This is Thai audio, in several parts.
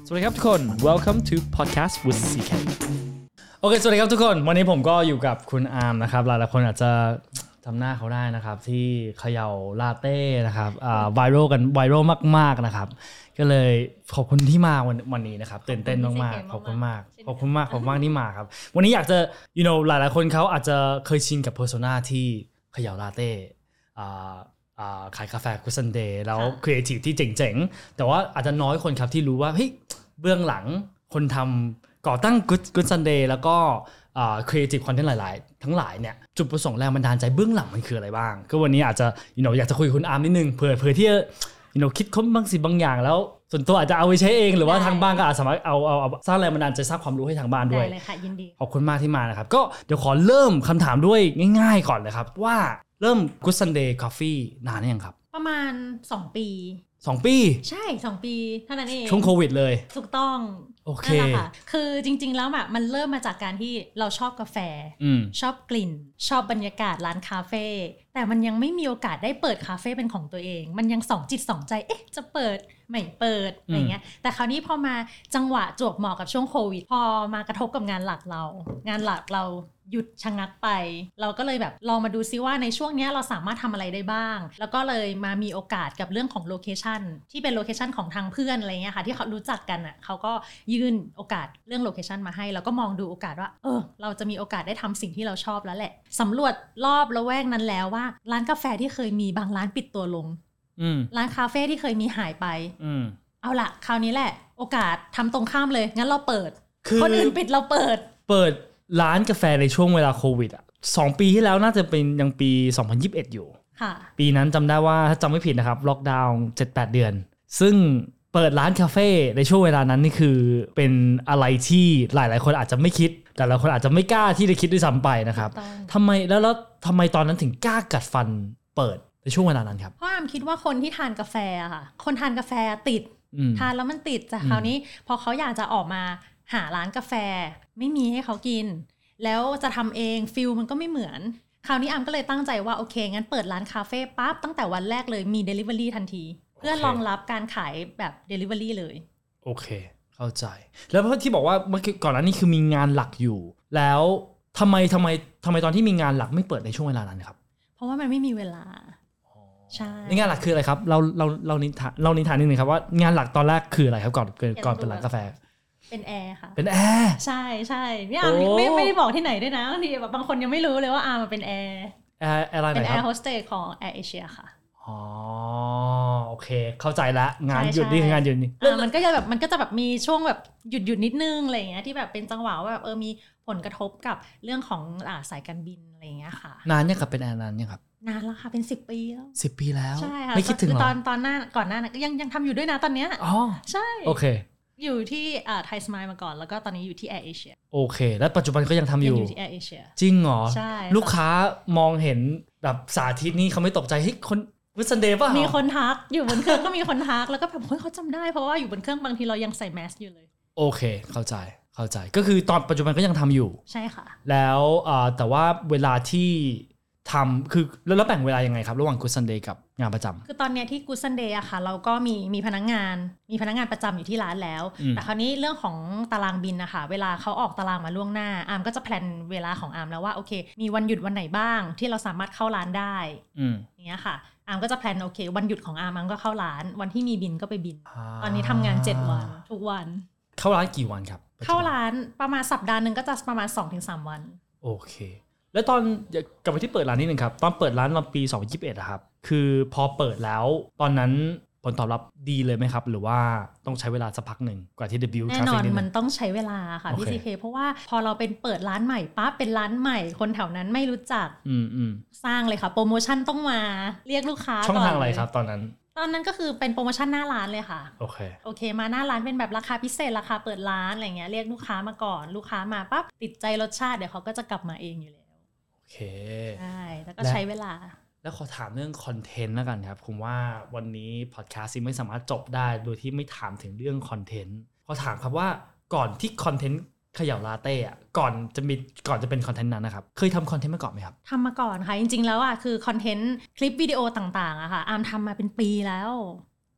สวัสดีครับทุกคน Welcome to Podcast with CK โอเคสวัสดีครับทุกคนวันนี้ผมก็อยู่กับคุณอาร์มนะครับหลายๆคนอาจจะจำหน้าเขาได้นะครับที่เขย่าลาเต้นะครับไวรัลมากๆนะครับก็เลยขอบคุณที่มาวันนี้นะครับตื่นเต้นมากๆขอบคุณมากที่มาครับวันนี้อยากจะ หลายๆคนเขาอาจจะเคยชินกับ persona ที่เขย่าลาเต้ขายกาแฟกุซันเดย์แล้วครีเอทีฟที่เจ๋งๆแต่ว่าอาจจะน้อยคนครับที่รู้ว่าเฮ้ยเบื้องหลังคนทำก่อตั้งกุซันเดย์แล้วก็ครีเอทีฟคอนเทนต์หลายๆทั้งหลายเนี่ยจุดประสงค์แรงบันดาลใจเบื้องหลังมันคืออะไรบ้างก็วันนี้อาจจะอยากจะคุยกับคุณอาร์มนิดนึงเผื่อที่จะคิดค้นบางสิ่งบางอย่างแล้วส่วนตัวอาจจะเอาไปใช้เองหรือว่าทางบ้านก็อาจสามารถเอาสร้างแรงบันดาลใจสร้างความรู้ให้ทางบ้านด้วยได้เลยค่ะยินดีขอบคุณมากที่มานะครับก็เดี๋ยวขอเริ่มคำถามด้วยง่ายๆก่อนเลยครับว่าเริ่ม Good Sunday Coffee นานหรือยังครับประมาณ2 ปี 2 ปีใช่2 ปีเท่านั้นเองช่วงโควิดเลยถูกต้องโอเคนั่นแหละค่ะคือจริงๆแล้วแบบมันเริ่มมาจากการที่เราชอบกาแฟชอบกลิ่นชอบบรรยากาศร้านคาเฟ่แต่มันยังไม่มีโอกาสได้เปิดคาเฟ่เป็นของตัวเองมันยังสองจิตสองใจจะเปิดไม่เปิดอะไรเงี้ยแต่คราวนี้พอมาจังหวะจวบเหมาะกับช่วงโควิดพอมากระทบกับงานหลักเราหยุดชะงักไปเราก็เลยแบบลองมาดูซิว่าในช่วงนี้เราสามารถทำอะไรได้บ้างแล้วก็เลยมามีโอกาสกับเรื่องของโลเคชันที่เป็นโลเคชันของทางเพื่อนอะไรเงี้ยค่ะที่เขารู้จักกันอ่ะเขาก็ยื่นโอกาสเรื่องโลเคชันมาให้แล้วก็มองดูโอกาสว่าเราจะมีโอกาสได้ทำสิ่งที่เราชอบแล้วแหละสำรวจรอบละแวกนั้นแล้วว่าร้านกาแฟที่เคยมีบางร้านปิดตัวลงร้านคาเฟ่ที่เคยมีหายไปเอาล่ะคราวนี้แหละโอกาสทำตรงข้ามเลยงั้นเราเปิดคนอื่นปิดเราเปิดร้านกาแฟในช่วงเวลาโควิดอ่ะ2 ปีที่แล้วน่าจะเป็นยังปี2021อยู่ค่ะปีนั้นจำได้ว่าถ้าจำไม่ผิดนะครับล็อกดาวน์ 7-8 เดือนซึ่งเปิดร้านคาเฟ่ในช่วงเวลานั้นนี่คือเป็นอะไรที่หลายๆคนอาจจะไม่คิดแต่หลายคนอาจจะไม่กล้าที่จะคิดด้วยซ้ำไปนะครับทำไมทำไมตอนนั้นถึงกล้ากัดฟันเปิดในช่วงเวลานั้นครับเพราะอามคิดว่าคนที่ทานกาแฟอะค่ะคนทานกาแฟติดทานแล้วมันติดแต่คราวนี้พอเขาอยากจะออกมาหาร้านกาแฟไม่มีให้เขากินแล้วจะทำเองฟิลมันก็ไม่เหมือนคราวนี้อามก็เลยตั้งใจว่าโอเคงั้นเปิดร้านคาเฟ่ปั๊บตั้งแต่วันแรกเลยมี Delivery ทันทีเพื่อรองรับการขายแบบ Delivery เลยโอเคเข้าใจแล้วที่บอกว่าเมื่อก่อนหน้านี้คือมีงานหลักอยู่แล้วทำไมตอนที่มีงานหลักไม่เปิดในช่วงเวลานั้นครับเพราะว่ามันไม่มีเวลาใช่งานหลักคืออะไรครับเรานิทานนิดนึงครับว่างานหลักตอนแรกคืออะไรครับก่อนเป็นร้านกาแฟเป็นแอร์ค่ะเป็นแอร์ใช่พี่อาร์มไม่ได้บอกที่ไหนด้วยนะบางทีบางคนยังไม่รู้เลยว่าอาร์มมาเป็นแอร์อะไรไหนครับเป็นแอร์โฮสเตสของแอร์เอเชียค่ะอ๋อโอเคเข้าใจละงานหยุดนี่คืองานหยุดนี่มันก็จะแบบมีช่วงแบบหยุดนิดนึงอะไรอย่างเงี้ยที่แบบเป็นจังหวะว่าแบบมีผลกระทบกับเรื่องของสายการบินอะไรอย่างเงี้ยค่ะนานยังครับเป็นแอร์นานยังครับนานแล้วค่ะเป็น10 ปีแล้ว 10 ปีแล้วใช่ค่ะไม่คิดถึงหรอตอนหน้าก่อนหน้าก็ยังทำอยู่ด้วยนะตอนเนี้ยอ๋อใช่โอเคอยู่ที่ไทยสมายมาก่อนแล้วก็ตอนนี้อยู่ที่แอร์เอเชียโอเคแล้วปัจจุบันก็ยังทำอยู่ที่แอร์เอเชียจริงเหรอใช่ลูกค้ามองเห็นแบบสาธิตนี่เขาไม่ตกใจเฮ้ยคนวิซันเดย์ป่ะมีคนทักอยู่บนเครื่องก็มีคนทักแล้วก็แบบเฮ้ยเขาจำได้เพราะว่าอยู่บนเครื่องบางทีเรายังใส่แมสอยู่เลยโอเคเข้าใจก็คือตอนปัจจุบันก็ยังทำอยู่ใช่ค่ะแล้วแต่ว่าเวลาที่ทำคือแล้วแบ่งเวลายังไงครับระหว่าง Good Sunday กับงานประจำคือตอนนี้ที่ Good Sunday อะค่ะเราก็มีพนักงานประจำอยู่ที่ร้านแล้วแต่คราวนี้เรื่องของตารางบินนะคะเวลาเขาออกตารางมาล่วงหน้าอาร์มก็จะแพลนเวลาของอาร์มแล้วว่าโอเคมีวันหยุดวันไหนบ้างที่เราสามารถเข้าร้านได้อย่างเงี้ยค่ะอาร์มก็จะแพลนโอเควันหยุดของอาร์มก็เข้าร้านวันที่มีบินก็ไปบินตอนนี้ทำงาน7 วันทุกวันเข้าร้านกี่วันครับเข้าร้านประมาณสัปดาห์นึงก็จะประมาณ 2-3 วันโอเคแล้วตอนกลับไปที่เปิดร้านนิดนึงครับตอนเปิดร้านเราปี2021อะครับคือพอเปิดแล้วตอนนั้นผลตอบรับดีเลยไหมครับหรือว่าต้องใช้เวลาสักพักหนึ่งกว่าที่จะบิวแน่นอนมันต้องใช้เวลาค่ะพี่ซีเคเพราะว่าพอเราเป็นเปิดร้านใหม่ปั๊บเป็นร้านใหม่คนแถวนั้นไม่รู้จักสร้างเลยค่ะโปรโมชั่นต้องมาเรียกลูกค้าช่องทางอะไรครับตอนนั้นก็คือเป็นโปรโมชั่นหน้าร้านเลยค่ะโอเคมาหน้าร้านเป็นแบบราคาพิเศษราคาเปิดร้านอะไรเงี้ยเรียกลูกค้ามาก่อนลูกค้ามาปั๊บติดใจรสชาติเดี๋ยวเขาก็จะกลับมาเองอยู่แล้วโอเคใช่แล้วก็ใช้เวลาแล้วขอถามเรื่องคอนเทนต์แล้วกันครับผมว่าวันนี้พอดแคสต์ไม่สามารถจบได้โดยที่ไม่ถามถึงเรื่องคอนเทนต์ขอถามครับว่าก่อนที่คอนเทนต์เขย่าลาเต้อะก่อนจะเป็นคอนเทนต์นั้นนะครับเคยทำคอนเทนต์มาก่อนไหมครับทำมาก่อนค่ะจริงๆแล้วอ่ะคือคอนเทนต์คลิปวิดีโอต่างๆอะค่ะอาร์มทำมาเป็นปีแล้ว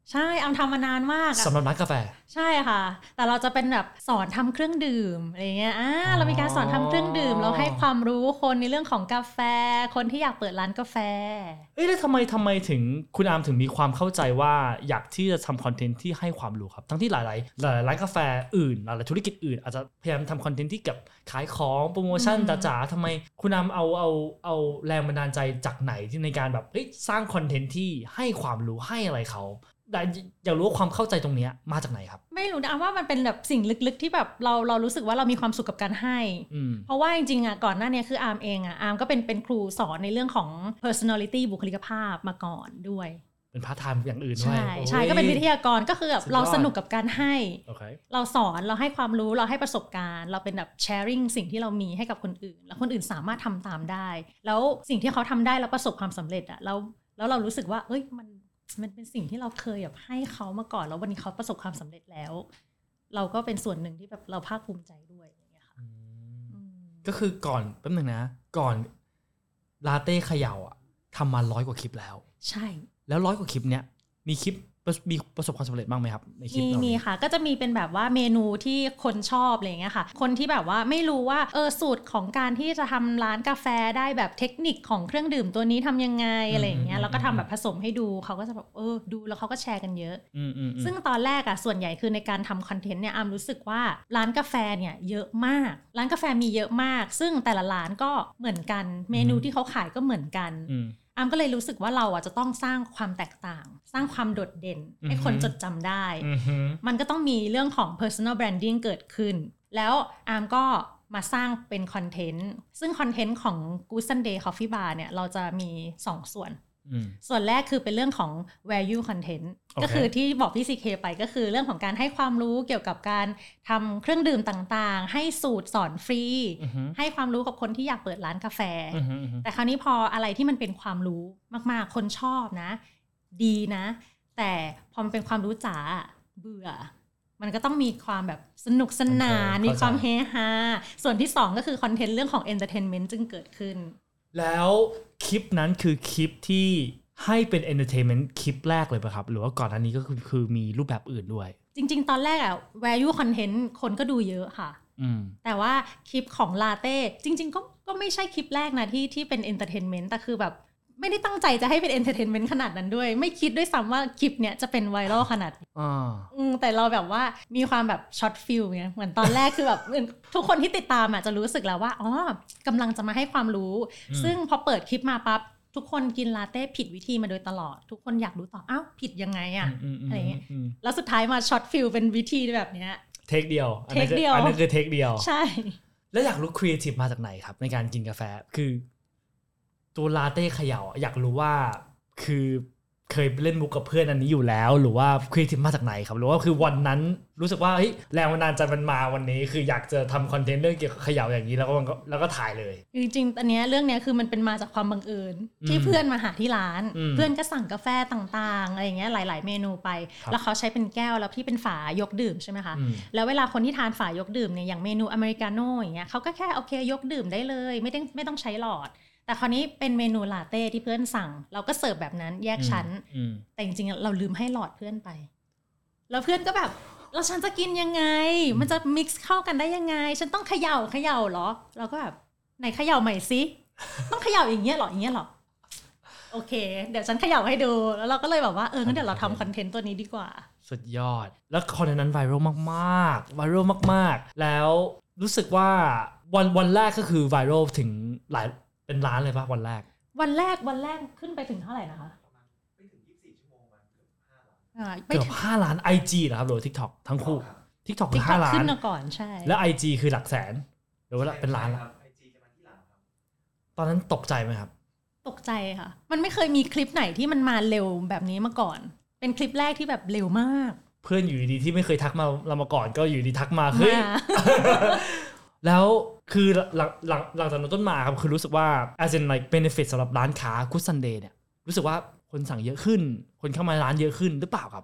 ใช่ทำมานานมากสำหรับร้านกาแฟใช่ค่ะแต่เราจะเป็นแบบสอนทำเครื่องดื่มอะไรเงี้ยเรามีการสอนทำเครื่องดื่มเราให้ความรู้คนในเรื่องของกาแฟคนที่อยากเปิดร้านกาแฟแล้วทำไมถึงคุณอาร์มถึงมีความเข้าใจว่าอยากที่จะทำคอนเทนต์ที่ให้ความรู้ครับทั้งที่หลายร้านกาแฟอื่นหลายธุรกิจอื่นอาจจะพยายามทำคอนเทนต์ที่กับขายของโปรโมชั่นจ๋าๆทำไมคุณอาร์มเอาแรงบันดาลใจจากไหนที่ในการแบบสร้างคอนเทนต์ที่ให้ความรู้ให้อะไรเขาอยากรู้ว่าความเข้าใจตรงนี้มาจากไหนครับไม่รู้นะว่ามันเป็นแบบสิ่งลึกๆที่แบบเรารู้สึกว่าเรามีความสุขกับการให้เพราะว่าจริงๆก่อนหน้านี้คืออาร์มเองอาร์มก็เป็นครูสอนในเรื่องของ personality บุคลิกภาพมาก่อนด้วยเป็นพาร์ทไทม์อย่างอื่นด้วยใช่ก็เป็นวิทยากรก็คือแบบเราสนุกกับการให้ เราสอนเราให้ความรู้เราให้ประสบการณ์เราเป็นแบบ sharing สิ่งที่เรามีให้กับคนอื่นแล้วคนอื่นสามารถทำตามได้แล้วสิ่งที่เขาทำได้แล้วประสบความสำเร็จแล้วเรารู้สึกว่ามันเป็นสิ่งที่เราเคยแบบให้เขามาก่อนแล้ววันนี้เขาประสบความสำเร็จแล้วเราก็เป็นส่วนหนึ่งที่แบบเราภาคภูมิใจด้วยอย่างเงี้ยค่ะก็คือก่อนแป๊บนึงนะก่อนลาเต้เขย่าทำมา100 กว่าคลิปแล้วใช่แล้ว100 กว่าคลิปเนี้ยมีคลิปมีประสบความสำเร็จบ้างไหมครับในคลิปมีค่ะก็จะมีเป็นแบบว่าเมนูที่คนชอบอะไรอย่างเงี้ยค่ะคนที่แบบว่าไม่รู้ว่าสูตรของการที่จะทำร้านกาแฟได้แบบเทคนิคของเครื่องดื่มตัวนี้ทำยังไงอะไรอย่างเงี้ยแล้วก็ทำแบบผสมให้ดูเขาก็จะแบบดูแล้วเขาก็แชร์กันเยอะซึ่งตอนแรกส่วนใหญ่คือในการทำคอนเทนต์เนี่ยรู้สึกว่าร้านกาแฟเนี่ยเยอะมากร้านกาแฟมีเยอะมากซึ่งแต่ละร้านก็เหมือนกันเมนูที่เขาขายก็เหมือนกันก็เลยรู้สึกว่าเราจะต้องสร้างความแตกต่างสร้างความโดดเด่นให้คนจดจำได้มันก็ต้องมีเรื่องของ personal branding เกิดขึ้นแล้วก็มาสร้างเป็นคอนเทนต์ซึ่งคอนเทนต์ของ Good Sunday Coffee Bar เนี่ยเราจะมี2 ส่วนแรกคือเป็นเรื่องของ value content ก็คือที่บอกพี่ CK ไปก็คือเรื่องของการให้ความรู้เกี่ยวกับการทำเครื่องดื่มต่างๆให้สูตรสอนฟรีให้ความรู้กับคนที่อยากเปิดร้านกาแฟแต่คราวนี้พออะไรที่มันเป็นความรู้มากๆคนชอบนะดีนะแต่พอมันเป็นความรู้จ๋าเบื่อมันก็ต้องมีความแบบสนุกสนานมีความเฮฮาส่วนที่2ก็คือคอนเทนต์เรื่องของ entertainment จึงเกิดขึ้นแล้วคลิปนั้นคือคลิปที่ให้เป็น entertainment คลิปแรกเลยป่ะครับหรือว่าก่อนอันนี้ก็คือมีรูปแบบอื่นด้วยจริงๆตอนแรกvalue content คนก็ดูเยอะค่ะแต่ว่าคลิปของลาเต้จริงๆก็ไม่ใช่คลิปแรกนะที่เป็น entertainment แต่คือแบบไม่ได้ตั้งใจจะให้เป็น entertainment ขนาดนั้นด้วยไม่คิดด้วยซ้ำว่าคลิปเนี้ยจะเป็นไวรัลขนาดแต่เราแบบว่ามีความแบบช็อตฟิลไงเหมือนตอนแรกคือแบบทุกคนที่ติดตามจะรู้สึกแล้วว่ากำลังจะมาให้ความรู้ซึ่งพอเปิดคลิปมาปั๊บทุกคนกินลาเต้ผิดวิธีมาโดยตลอดทุกคนอยากรู้ต่อผิดยังไงอะไรเงี้ยแล้วสุดท้ายมาช็อตฟิลเป็นวิธีแบบเนี้ยเทคเดียวอันนั้นคือเทคเดียวใช่แล้วอยากรู้ครีเอทีฟมาจากไหนครับในการกินกาแฟคือตัวลาเต้เขย่าอยากรู้ว่าคือเคยเล่นมุกกับเพื่อนอันนี้อยู่แล้วหรือว่าครีเอทีฟมาจากไหนครับหรือว่าคือวันนั้นรู้สึกว่าแรงบันดาลใจมันมาวันนี้คืออยากจะทำคอนเทนต์เรื่องเกี่ยวกับเขย่าอย่างนี้แล้วก็ถ่ายเลยจริงๆอันนี้เรื่องนี้คือมันเป็นมาจากความบังเอิญที่เพื่อนมาหาที่ร้านเพื่อนก็สั่งกาแฟต่างๆอะไรอย่างเงี้ยหลายๆเมนูไปแล้วเขาใช้เป็นแก้วแล้วที่เป็นฝายกดื่มใช่ไหมคะแล้วเวลาคนที่ทานฝายกดื่มเนี่ยอย่างเมนูอเมริกาโน่อย่างเงี้ยเขาก็แค่โอเคยกดื่มได้เลยไม่ต้องใช้หลอดแต่คราวนี้เป็นเมนูลาเต้ที่เพื่อนสั่งเราก็เสิร์ฟแบบนั้นแยกชั้นแต่จริงๆเราลืมให้หลอดเพื่อนไปแล้วเพื่อนก็แบบแล้วฉันจะกินยังไงมันจะมิกซ์เข้ากันได้ยังไงฉันต้องเขย่าเหรอเราก็แบบไหนเขย่าใหม่สิต้องเขย่าอย่างเงี้ยหรอโอเคเดี๋ยวฉันเขย่าให้ดูแล้วเราก็เลยแบบว่างั้นเดี๋ยวเราทำคอนเทนต์ตัวนี้ดีกว่าสุดยอดแล้วคอนเทนต์นั้นไวรัลมากๆแล้วรู้สึกว่าวันแรกก็คือไวรัลถึงหลายเป็นล้านเลยป่ะวันแรกขึ้นไปถึงเท่าไหร่นะคะไม่ถึง24 ชั่วโมงเกือบ5 ล้าน IG นะครับหรือ TikTok ทั้งคู่ TikTok คือ5 ล้านขึ้นมาก่อนใช่แล้ว IG คือหลักแสนหรือว่าเป็นล้านครับ IG จะมาที่หลังครับตอนนั้นตกใจไหมครับตกใจค่ะมันไม่เคยมีคลิปไหนที่มันมาเร็วแบบนี้มาก่อนเป็นคลิปแรกที่แบบเร็วมากเพื่อนอยู่ดีที่ไม่เคยทักเรามาก่อนก็อยู่ดีทักมาเฮ้ย แล้วคือหลังจากนั้นต้นมาครับคือรู้สึกว่า as in like benefit สำหรับร้านค้า Good Sunday เนี่ยรู้สึกว่าคนสั่งเยอะขึ้นคนเข้ามาร้านเยอะขึ้นหรือเปล่าครับอัน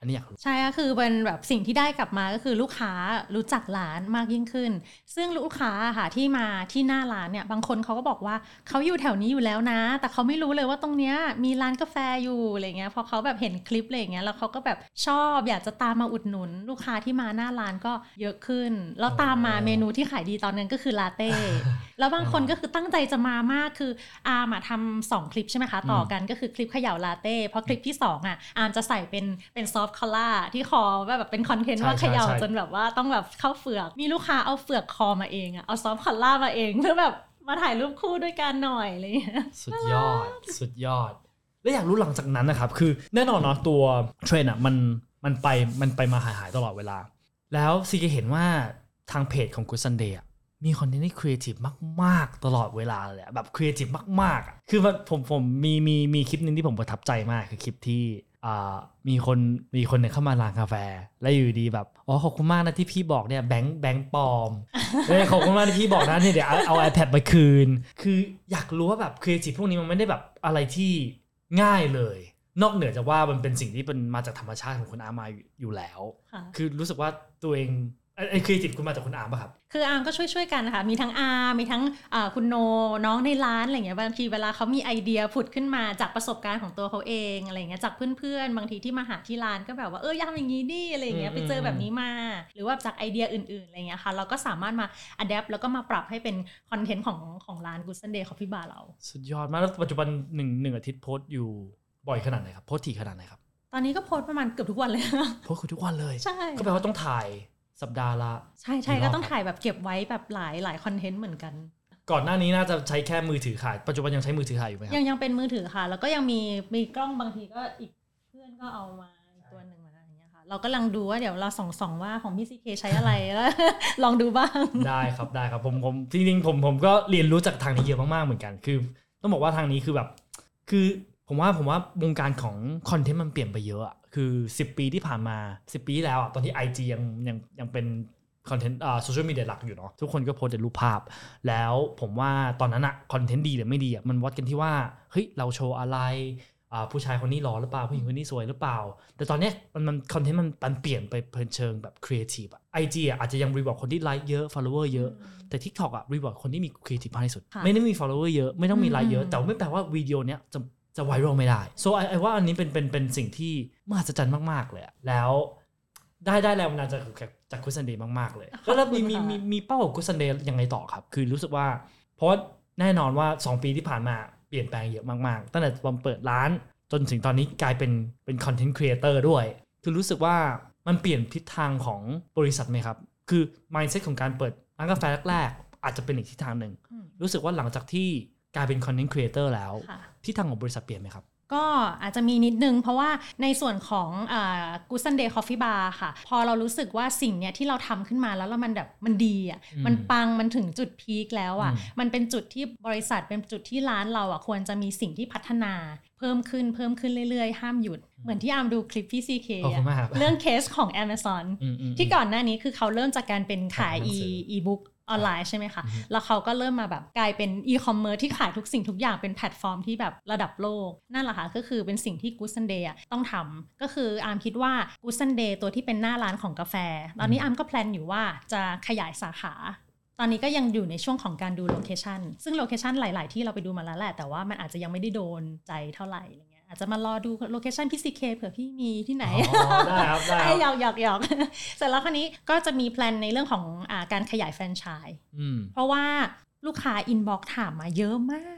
นนี้อยากรู้ใช่ก็คือเป็นแบบสิ่งที่ได้กลับมาก็คือลูกค้ารู้จักร้านมากยิ่งขึ้นซึ่งลูกค้าค่ะที่มาที่หน้าร้านเนี่ยบางคนเขาก็บอกว่าเขาอยู่แถวนี้อยู่แล้วนะแต่เขาไม่รู้เลยว่าตรงเนี้ยมีร้านกาแฟอยู่อะไรเงี้ยพอเขาแบบเห็นคลิปอะไรเงี้ยแล้วเขาก็แบบชอบอยากจะตามมาอุดหนุนลูกค้าที่มาหน้าร้านก็เยอะขึ้นแล้วตามมาเมนูที่ขายดีตอนนั้นก็คือลาเต้ แล้วบางคนก็คือตั้งใจจะมามากคืออาร์มทำ2คลิปใช่ไหมคะต่อกันก็คือคลิปเขย่าลาเต้เพราะคลิปที่2อาร์มจะใส่เป็นซอฟต์คอล่าที่คอแบบเป็นคอนเทนต์ว่าเขย่าจนแบบว่าต้องแบบเข้าเฟือกมีลูกค้าเอาเฟือกคอมาเองเอาซอฟต์คอล่ามาเองเพื่อแบบมาถ่ายรูปคู่ด้วยกันหน่อยอะไรอย่างเงี้ยสุดยอดแล้วอยากรู้หลังจากนั้นนะครับคือแน่นอนเนาะตัวเทรนด์มันไปมาหายตลอดเวลาแล้วซีก็เห็นว่าทางเพจของ Good Sunday มีคอนเทนต์ที่ครีเอทีฟมากๆตลอดเวลาเลยแบบครีเอทีฟมากๆคือผมมีคลิปนึงที่ผมประทับใจมากคือคลิปที่มีคนเนี่ยเข้ามาร้านกาแฟแล้วอยู่ดีแบบอ๋อขอบคุณมากนะที่พี่บอกเนี่ยแบงค์ปลอมขอบคุณมากที่พี่บอกนะเนี่ยเดี๋ยวเอา iPad ไปคืนคืออยากรู้ว่าแบบครีเอทีฟพวกนี้มันไม่ได้แบบอะไรที่ง่ายเลยนอกเหนือจากว่ามันเป็นสิ่งที่เป็นมาจากธรรมชาติของคุณอาร์มมาอยู่แล้วคือรู้สึกว่าตัวเองไอ้ครีเอทีฟคุณมาจากคุณอาร์มป่ะครับคืออาร์มก็ช่วยกันนะคะมีทั้งอาร์มมีทั้งคุณโนน้องในร้านอะไรเงี้ยบางทีเวลาเขามีไอเดียผุดขึ้นมาจากประสบการณ์ของตัวเขาเองอะไรเงี้ยจากเพื่อนๆบางทีที่มาหาที่ร้านก็แบบว่าอยากอย่างนี้ดิอะไรเงี้ยไปเจอแบบนี้มาหรือว่าจากไอเดียอื่นๆอะไรเงี้ยค่ะเราก็สามารถมาอัดแอปแล้วก็มาปรับให้เป็นคอนเทนต์ของร้าน Good Sunday Coffee Bar เราสุดยอดมากแล้วปัจจุบัน1อาทิตย์โพสต์อยู่บ่อยขนาดไหนครับโพสต์ถี่ขนาดไหนครับตอนนี้ก็โพสต์ประมาณเกือบทุกวันเลยโพสต์ทุกวันเลยใช่ก็แปลว่าต้องถ่ายสัปดาห์ละใช่ก็ต้องถ่ายแบบเก็บไว้แบบหลายคอนเทนต์เหมือนกันก่อนหน้านี้น่าจะใช้แค่มือถือถ่ายปัจจุบันยังใช้มือถือถ่ายอยู่ไหมครับยังเป็นมือถือค่ะแล้วก็ยังมีกล้องบางทีก็อีกเพื่อนก็เอามาตัวหนึ่งมาอย่างเงี้ยค่ะเราก็ลังดูว่าเดี๋ยวเราส่องว่าของพี่ซีเคใช้อะไรแล้วลองดูบ้างได้ครับผมจริงๆผมก็เรียนรู้จากทางนี้เยอะมากๆเหมือนกันคือต้องบอกว่าทางนี้คือแบบคือผมว่าวงการของคอนเทนต์มันเปลี่ยนไปเยอะคือ10 ปีที่ผ่านมา10 ปีที่แล้วตอนที่ IG ยังเป็นคอนเทนต์โซเชียลมีเดียหลักอยู่เนาะทุกคนก็โพสต์แต่รูปภาพแล้วผมว่าตอนนั้นคอนเทนต์ดีหรือไม่ดีมันวัดกันที่ว่าเฮ้ยเราโชว์อะไรผู้ชายคนนี้หล่อหรือเปล่าผู้หญิงคนนี้สวยหรือเปล่าแต่ตอนนี้มันคอนเทนต์มันเปลี่ยนไปเป็นเชิงแบบครีเอทีฟIG อาจจะยังรีวอร์ดคนที่ไลค์เยอะ follower เยอะแต่ TikTok รีวอร์ดคนที่มีครีเอทีฟมากที่สุดไม่ได้มี follower เยอะไม่ต้องมีไลค์เยอะแต่ไม่แปลว่าวิดีโอเนี้ยจะไวรัลไม่ได้ so ไอ้ว่าอันนี้เป็นสิ่งที่มหัศจรรย์มากๆเลยแล้วได้แรงบันดาลใจจากGood Sundayมากๆเลยแล้วมีเป้าของGood Sundayยังไงต่อครับคือรู้สึกว่าเพราะแน่นอนว่า2 ปีที่ผ่านมาเปลี่ยนแปลงเยอะมากๆตั้งแต่ตอนเปิดร้านจนถึงตอนนี้กลายเป็นคอนเทนต์ครีเอเตอร์ด้วยคือรู้สึกว่ามันเปลี่ยนทิศทางของบริษัทไหมครับคือ mindset ของการเปิดร้านกาแฟแรกๆอาจจะเป็นอีกทิศทางหนึ่งรู้สึกว่าหลังจากที่กลายเป็นคอนเทนต์ครีเอเตอร์แล้วทิศทางของบริษัทเปลี่ยนไหมครับก็อาจจะมีนิดนึงเพราะว่าในส่วนของGood Sunday Coffee Bar ค่ะพอเรารู้สึกว่าสิ่งเนี้ยที่เราทำขึ้นมาแล้วมันแบบมันดีมันปังมันถึงจุดพีคแล้วมันเป็นจุดที่บริษัทเป็นจุดที่ร้านเราควรจะมีสิ่งที่พัฒนาเพิ่มขึ้นเรื่อยๆห้ามหยุดเหมือนที่อาร์มดูคลิปพี่ CK เรื่องเคสของ Amazon ที่ก่อนหน้านี้คือเขาเริ่มจากการเป็นขาย e-bookออนไลน์ใช่ไหมคะแล้วเขาก็เริ่มมาแบบกลายเป็นอีคอมเมิร์ซที่ขายทุกสิ่งทุกอย่างเป็นแพลตฟอร์มที่แบบระดับโลกนั่นแหละค่ะก็คือเป็นสิ่งที่ Good Sunday ต้องทำก็คืออาร์มคิดว่า Good Sunday ตัวที่เป็นหน้าร้านของกาแฟตอนนี้อาร์มก็แพลนอยู่ว่าจะขยายสาขาตอนนี้ก็ยังอยู่ในช่วงของการดูโลเคชันซึ่งโลเคชันหลายๆที่เราไปดูมาแล้วแหละแต่ว่ามันอาจจะยังไม่ได้โดนใจเท่าไหร่อาจจะมารอดูโลเคชันพี่ CK เผื่อพี่มีที่ไหนได้ครับหยอกเสร็จแล้วคราวนี้ก็จะมีแพลนในเรื่องของการขยายแฟรนไชส์เพราะว่าลูกค้าอินบ็อกซ์ถามมาเยอะมาก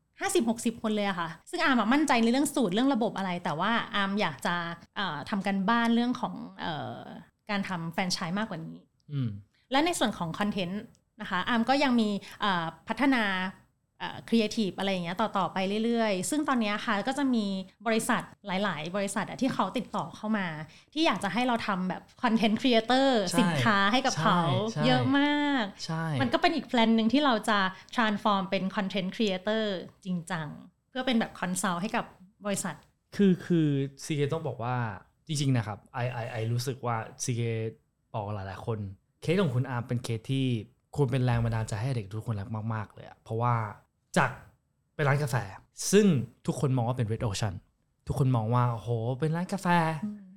50-60 คนเลยค่ะซึ่งอาร์มมั่นใจในเรื่องสูตรเรื่องระบบอะไรแต่ว่าอาร์มอยากจะทำกันบ้านเรื่องของการทำแฟรนไชส์มากกว่านี้และในส่วนของคอนเทนต์นะคะอาร์มก็ยังมีพัฒนาครีเอทีฟอะไรอย่างเงี้ยต่อไปเรื่อยๆซึ่งตอนนี้ค่ะก็จะมีบริษัทหลายๆบริษัทที่เขาติดต่อเข้ามาที่อยากจะให้เราทำแบบคอนเทนต์ครีเอเตอร์สินค้าให้กับเขาเยอะมากมันก็เป็นอีกแพลนนึงที่เราจะ transform เป็นคอนเทนต์ครีเอเตอร์จริงจังเพื่อเป็นแบบคอนซัลท์ให้กับบริษัทคือซีเคต้องบอกว่าจริงๆนะครับไอรู้สึกว่าซีเคบอกหลายๆคนเคสของคุณอาร์มเป็นเคสที่ควรเป็นแรงบันดาลใจให้เด็กทุกคนรักมากๆเลยเพราะว่าจากเป็นร้านกาแฟซึ่งทุกคนมองว่าเป็น Red Ocean ทุกคนมองว่าโอ้โหเป็นร้านกาแฟ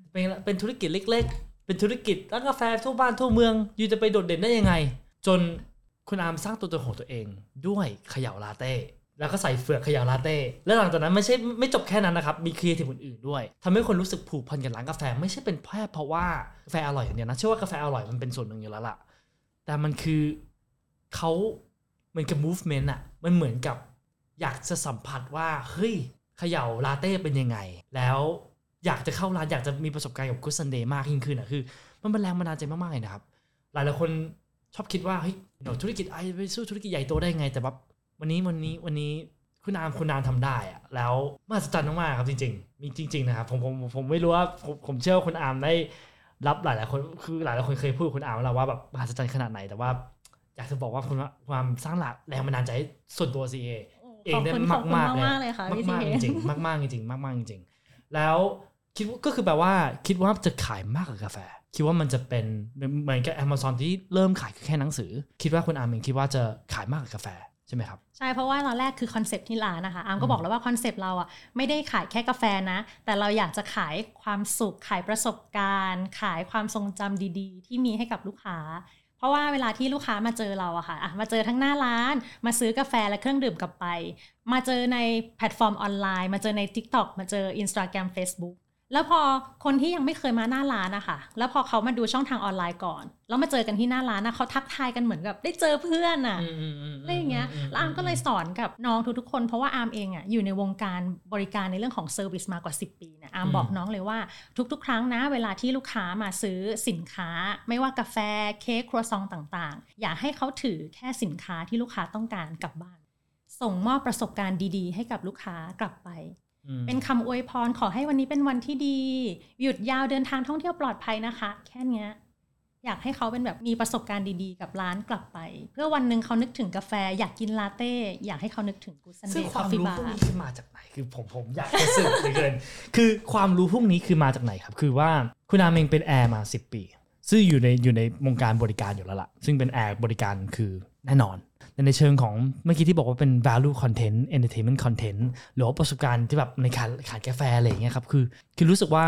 เป็นธุรกิจเล็กๆเป็นธุรกิจร้านกาแฟทั่วบ้านทั่วเมืองยูจะไปโดดเด่นได้ยังไงจนคุณอาร์มสร้างตัวตนของตัวเองด้วยเขย่าลาเต้แล้วก็ใส่เฟือกเขย่าลาเต้แล้วหลังจากนั้นไม่จบแค่นั้นนะครับมีครีเอทีฟอื่นๆด้วยทำให้คนรู้สึกผูกพันกับร้านกาแฟไม่ใช่เป็นแค่เพราะว่ากาแฟอร่อยอย่างเดียวนะเชื่อว่ากาแฟอร่อยมันเป็นส่วนหนึ่งอยู่แล้วล่ะแต่มันคือเขาเหมือนกับ movement อะมันเหมือนกับอยากจะสัมผัสว่าเฮ้ยเขย่าลาเต้เป็นยังไงแล้วอยากจะเข้าร้านอยากจะมีประสบการณ์กับ Good Sunday มากยิ่งขึ้นอะคือมันเป็นแรงบันดาลใจมากๆเลยนะครับหลายๆคนชอบคิดว่าเฮ้ยธุรกิจไอไปสู้ธุรกิจใหญ่โตได้ไงแต่แบบวันนี้คุณอามทำได้อะแล้วมหัศจรรย์มากๆครับจริงๆมีจริงๆนะครับผมไม่รู้ว่าผมเชื่อว่าคุณอามได้รับหลายๆคนคือหลายๆคนเคยพูดคุณอามแล้วว่าแบบมหัศจรรย์ขนาดไหนแต่ว่าอยากจะบอกว่าความสร้างแรงบันดาลใจส่วนตัว CA เองได้มากๆเลยค่ะมากๆจริงๆมากๆจริงๆมากๆจริงๆแล้วคิดก็คือแปลว่าคิดว่าจะขายมากกว่ากาแฟคิดว่ามันจะเป็นเหมือนกับ Amazon ที่เริ่มขายแค่หนังสือคิดว่าคุณอาร์มเองคิดว่าจะขายมากกว่ากาแฟใช่ไหมครับใช่เพราะว่าตอนแรกคือคอนเซปต์ที่ร้านนะคะอาร์มก็บอกแล้วว่าคอนเซปต์เราอ่ะไม่ได้ขายแค่กาแฟนะแต่เราอยากจะขายความสุขขายประสบการณ์ขายความทรงจำดีๆที่มีให้กับลูกค้าเพราะว่าเวลาที่ลูกค้ามาเจอเราอะค่ะมาเจอทั้งหน้าร้านมาซื้อกาแฟและเครื่องดื่มกลับไปมาเจอในแพลตฟอร์มออนไลน์มาเจอใน TikTok มาเจอ Instagram Facebook แล้วพอคนที่ยังไม่เคยมาหน้าร้านนะคะแล้วพอเขามาดูช่องทางออนไลน์ก่อนแล้วมาเจอกันที่หน้าร้านนะเขาทักทายกันเหมือนกับได้เจอเพื่อนอะอะไรอย่างเงี้ยแล้วอาร์มก็เลยสอนกับน้องทุกๆคนเพราะว่าอาร์มเองอะอยู่ในวงการบริการในเรื่องของเซอร์วิสมากว่า10 ปีเนี่ยอาร์มบอกน้องเลยว่าทุกๆครั้งนะเวลาที่ลูกค้ามาซื้อสินค้าไม่ว่ากาแฟเค้กครัวซองต่างๆอย่าให้เขาถือแค่สินค้าที่ลูกค้าต้องการกลับบ้านส่งมอบประสบการณ์ดีๆให้กับลูกค้ากลับไปเป็นคำอวยพรขอให้วันนี้เป็นวันที่ดีหยุดยาวเดินทางท่องเที่ยวปลอดภัยนะคะแค่นี้อยากให้เขาเป็นแบบมีประสบการณ์ดีๆกับร้านกลับไปเพื่อวันนึงเขานึกถึงกาแฟอยากกินลาเต้อยากให้เขานึกถึง Good Sunday Coffee Bar ซึ่งความรู้พวกนี้คือมาจากไหนคือผมอยากจะสืบเหลือเกินคือความรู้พวกนี้คือมาจากไหนครับคือว่าคุณอาเมงเป็นแอร์มา10 ปีซึ่งอยู่ในวงการบริการอยู่แล้วล่ะซึ่งเป็นแอร์บริการคือแน่นอนในเชิงของเมื่อกี้ที่บอกว่าเป็น value content entertainment content หรือว่าประสบการณ์ที่แบบในการขายกาแฟอะไรอย่างเงี้ยครับคือรู้สึกว่า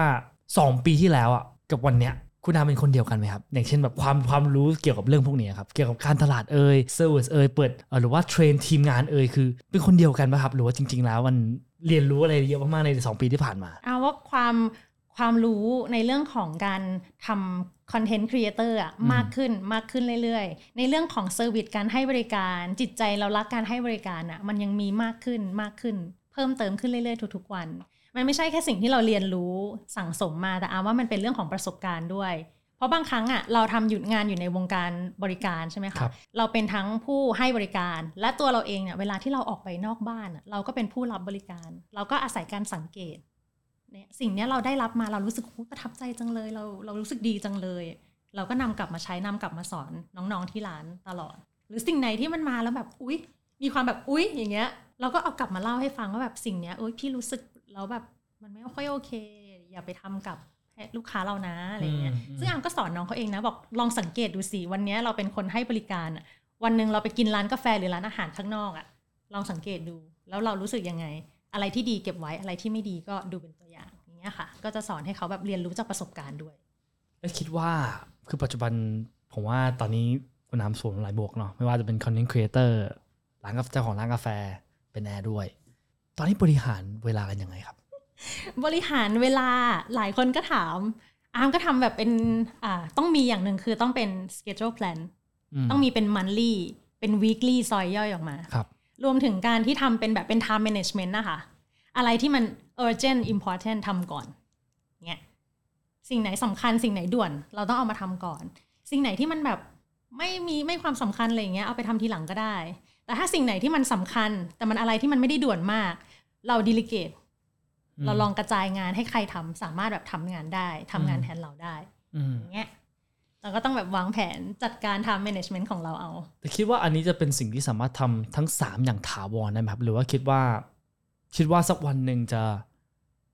2 ปีที่แล้วอ่ะกับวันเนี้ยคุณอาเป็นคนเดียวกันไหมครับอย่างเช่นแบบความรู้เกี่ยวกับเรื่องพวกนี้ครับเกี่ยวกับการตลาดเซอร์วิสเปิดหรือว่าเทรนทีมงานคือเป็นคนเดียวกันป่ะครับหรือว่าจริงๆแล้วมันเรียนรู้อะไรเยอะมากๆใน2 ปีที่ผ่านมาว่าความรู้ในเรื่องของการทำคอนเทนต์ครีเอเตอร์มากขึ้นเรื่อยๆในเรื่องของเซอร์วิสการให้บริการจิตใจเรารักการให้บริการมันยังมีมากขึ้นเพิ่มเติมขึ้นเรื่อยๆทุกๆวันมันไม่ใช่แค่สิ่งที่เราเรียนรู้สั่งสมมาแต่ว่ามันเป็นเรื่องของประสบการณ์ด้วยเพราะบางครั้งเราทำหยุดงานอยู่ในวงการบริการใช่ไหมคะเราเป็นทั้งผู้ให้บริการและตัวเราเองเนี่ยเวลาที่เราออกไปนอกบ้านเราก็เป็นผู้รับบริการเราก็อาศัยการสังเกตเนี่ยสิ่งนี้เราได้รับมาเรารู้สึกประทับใจจังเลยเรารู้สึกดีจังเลยเราก็นำกลับมาใช้นำกลับมาสอนน้องๆที่ร้านตลอดหรือสิ่งไหนที่มันมาแล้วแบบอุ๊ยมีความแบบอุ๊ยอย่างเงี้ยเราก็เอากลับมาเล่าให้ฟังว่าแบบสิ่งเนี้ยพี่รู้สึกแล้วแบบมันไม่ค่อยโอเคอย่าไปทำกับลูกค้าเรานะอะไรเงี้ยซึ่งอามก็สอนน้องเขาเองนะบอกลองสังเกตดูสิวันนี้เราเป็นคนให้บริการวันนึงเราไปกินร้านกาแฟหรือร้านอาหารข้างนอกลองสังเกตดูแล้วเรารู้สึกยังไงอะไรที่ดีเก็บไว้อะไรที่ไม่ดีก็ดูเป็นตัวอย่างอย่างเงี้ยค่ะก็จะสอนให้เขาแบบเรียนรู้จากประสบการณ์ด้วยแล้วคิดว่าคือปัจจุบันผมว่าตอนนี้คุณน้ำสวมหลายบวกเนาะไม่ว่าจะเป็นคอนเทนต์ครีเอเตอร์ร้านเจ้าของร้านกาแฟเป็นแอร์ด้วยตอนนี้บริหารเวลากันยังไงครับบริหารเวลาหลายคนก็ถามอาร์มก็ทำแบบเป็นต้องมีอย่างหนึ่งคือต้องเป็น schedule plan ต้องมีเป็น monthly เป็น weekly ซอยย่อยออกมาครับรวมถึงการที่ทำเป็นแบบเป็น time management นะคะอะไรที่มัน urgent important ทำก่อนเนี่ยสิ่งไหนสำคัญสิ่งไหนด่วนเราต้องเอามาทำก่อนสิ่งไหนที่มันแบบไม่ความสำคัญอะไรอย่างเงี้ยเอาไปทำทีหลังก็ได้แต่ถ้าสิ่งไหนที่มันสำคัญแต่มันอะไรที่มันไม่ได้ด่วนมากเรา delegateเราลองกระจายงานให้ใครทำสามารถแบบทำงานได้ทำงานแทนเราได้อย่างเงี้ยเราก็ต้องแบบวางแผนจัดการ time management ของเราเอาแต่คิดว่าอันนี้จะเป็นสิ่งที่สามารถทำทั้ง3อย่างถาวรได้ไหมครับหรือว่าคิดว่าสักวันหนึ่งจะ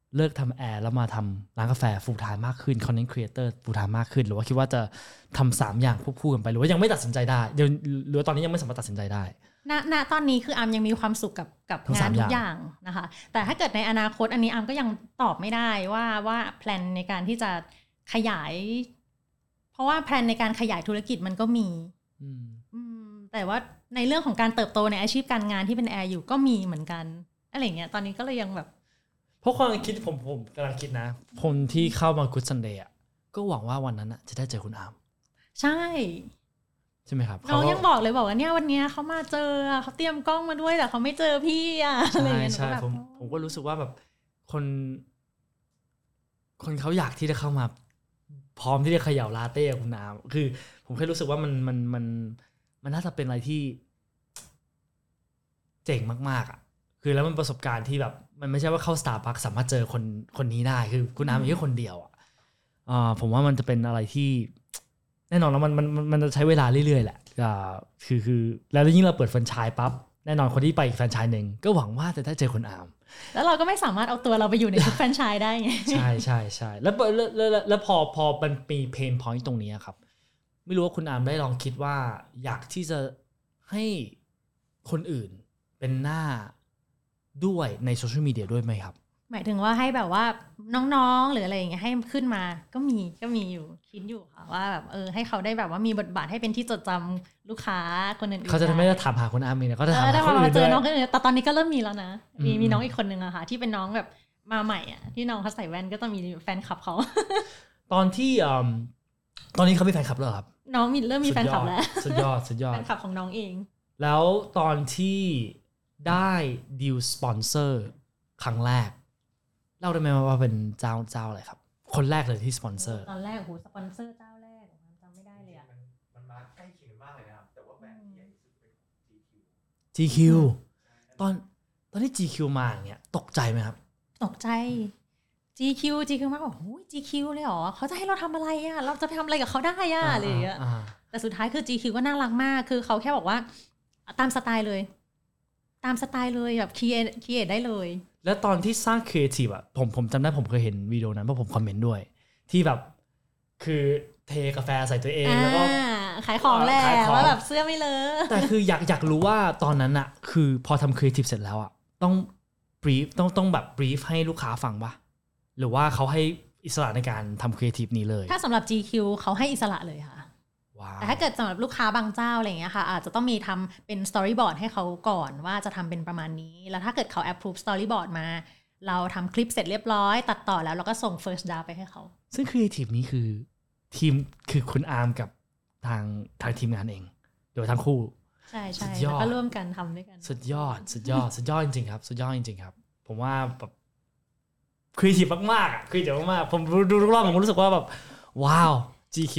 เลิกทำแอร์แล้วมาทำร้านกาแฟ full time มากขึ้น content creator full time มากขึ้นหรือว่าคิดว่าจะทำ3อย่างควบคู่กันไปหรือว่ายังไม่ตัดสินใจได้เดี๋ยวหรือตอนนี้ยังไม่สามารถตัดสินใจได้ณตอนนี้คืออาร์มยังมีความสุขกับงานทุกอย่างนะคะแต่ถ้าเกิดในอนาคตอันนี้อาร์มก็ยังตอบไม่ได้ว่าแพลนในการที่จะขยายเพราะว่าแพลนในการขยายธุรกิจมันก็มีแต่ว่าในเรื่องของการเติบโตในอาชีพการงานที่เป็นแอร์อยู่ก็มีเหมือนกันอะไรเงี้ยตอนนี้ก็เลยยังแบบเพราะความคิดผมกำลังคิดนะคนที่เข้ามา Good Sunday อ่ะก็หวังว่าวันนั้นจะได้เจอคุณอาร์มใช่ไหมครับน้องยังบอกว่าเนี่ยวันนี้เขามาเจอเขาเตรียมกล้องมาด้วยแต่เขาไม่เจอพี่อ่ะอะไรเงี้ยใช่ผมก็รู้สึกว่าแบบคนเขาอยากที่จะเข้ามาพร้อมที่จะเขย่าลาเต้กับคุณอาร์มคือผมแค่รู้สึกว่ามันน่าจะเป็นอะไรที่เจ๋งมากๆอ่ะคือแล้วมันประสบการณ์ที่แบบมันไม่ใช่ว่าเข้า Starbucks สามารถเจอคนนี้ได้คือคุณอาร์มมีแค่คนเดียวอ่ะผมว่ามันจะเป็นอะไรที่แน่นอนแล้วมันจะใช้เวลาเรื่อยๆแหละคือแล้วยิ่งเราเปิดแฟรนไชส์ปั๊บแน่นอนคนที่ไปอีกแฟรนไชส์นึงก็หวังว่าจะได้เจอคุณอาร์มแล้วเราก็ไม่สามารถเอาตัวเราไปอยู่ในทุกแฟรนไชส์ได้ไงใช่แล้วพอมันมีเพนพอยต์ตรงนี้ครับไม่รู้ว่าคุณอาร์มได้ลองคิดว่าอยากที่จะให้คนอื่นเป็นหน้าด้วยในโซเชียลมีเดียด้วยไหมครับหมายถึงว่าให้แบบว่าน้องๆหรืออะไรอย่างเงี้ยให้ขึ้นมาก็มีอยู่คิดอยู่ค่ะว่าแบบให้เขาได้แบบว่ามีบทบาทให้เป็นที่จดจำลูกค้าคนอื่นๆเขาจะไม่ได้ถามหาคุณอาร์มเนี่ยเขาจะถามหาคนอื่นด้วยเจอน้องคนอื่นแต่ตอนนี้ก็เริ่มมีแล้วนะมีน้องอีกคนนึงอะค่ะที่เป็นน้องแบบมาใหม่อะที่น้องเขาใส่แว่นก็จะมีแฟนคลับเขาตอนที่ตอนนี้เขามีแฟนคลับแล้วครับน้องเริ่มมีแฟนคลับแล้วสุดยอดแฟนคลับของน้องเองแล้วตอนที่ได้ดีลสปอนเซอร์ครั้งแรกเล่าได้ไหมว่าเป็นเจ้าอะไรครับคนแรกเลยที่สปอนเซอร์ตอนแรกสปอนเซอร์เจ้าแรกจำไม่ได้เลยอ่ะมันมาใกล้เคียงมากเลยนะครับแต่ว่าแบรนด์ที่ใหญ่ที่สุดเป็น GQ ตอนที่ GQ มาอย่างเงี้ยตกใจไหมครับตกใจ GQ มาบอกโอ้ย GQ เลยเหรอเขาจะให้เราทำอะไรอ่ะเราจะไปทำอะไรกับเขาได้อ่ะอะไรอย่างเงี้ยแต่สุดท้ายคือ GQ ก็น่ารักมากคือเขาแค่บอกว่าตามสไตล์เลยแบบครีเอทได้เลยแล้วตอนที่สร้างครีเอทีฟอ่ะผมจำได้ผมเคยเห็นวิดีโอนั้นเพราะผมคอมเมนต์ด้วยที่แบบคือเทกาแฟใส่ตัวเองแล้วก็ขายของแหละว่าแบบเสื้อไม่เลอะแต่คืออยากรู้ว่าตอนนั้นอ่ะคือพอทำครีเอทีฟเสร็จแล้วอ่ะต้องบรีฟต้องแบบบรีฟให้ลูกค้าฟังป่ะหรือว่าเขาให้อิสระในการทำครีเอทีฟนี้เลยถ้าสำหรับ GQ เขาให้อิสระเลยค่ะแต่ถ้าเกิดสำหรับลูกค้าบางเจ้าอะไรอย่างเงี้ยค่ะอาจจะต้องมีทำเป็น storyboard ให้เขาก่อนว่าจะทำเป็นประมาณนี้แล้วถ้าเกิดเขา approve storyboard มาเราทำคลิปเสร็จเรียบร้อยตัดต่อแล้วเราก็ส่ง first draft ไปให้เขาซึ่ง creative นี้คือทีมคือคุณอาร์มกับทางทีมงานเองโดยทั้งคู่ใช่แล้วก็ร่วมกันทำด้วยกันสุดยอดจริงๆครับสุดยอดจริงๆครับผมว่าแบบ creative มากๆอ่ะ creative มากๆผมดูรอบผมรู้สึกว่าแบบว้าว GQ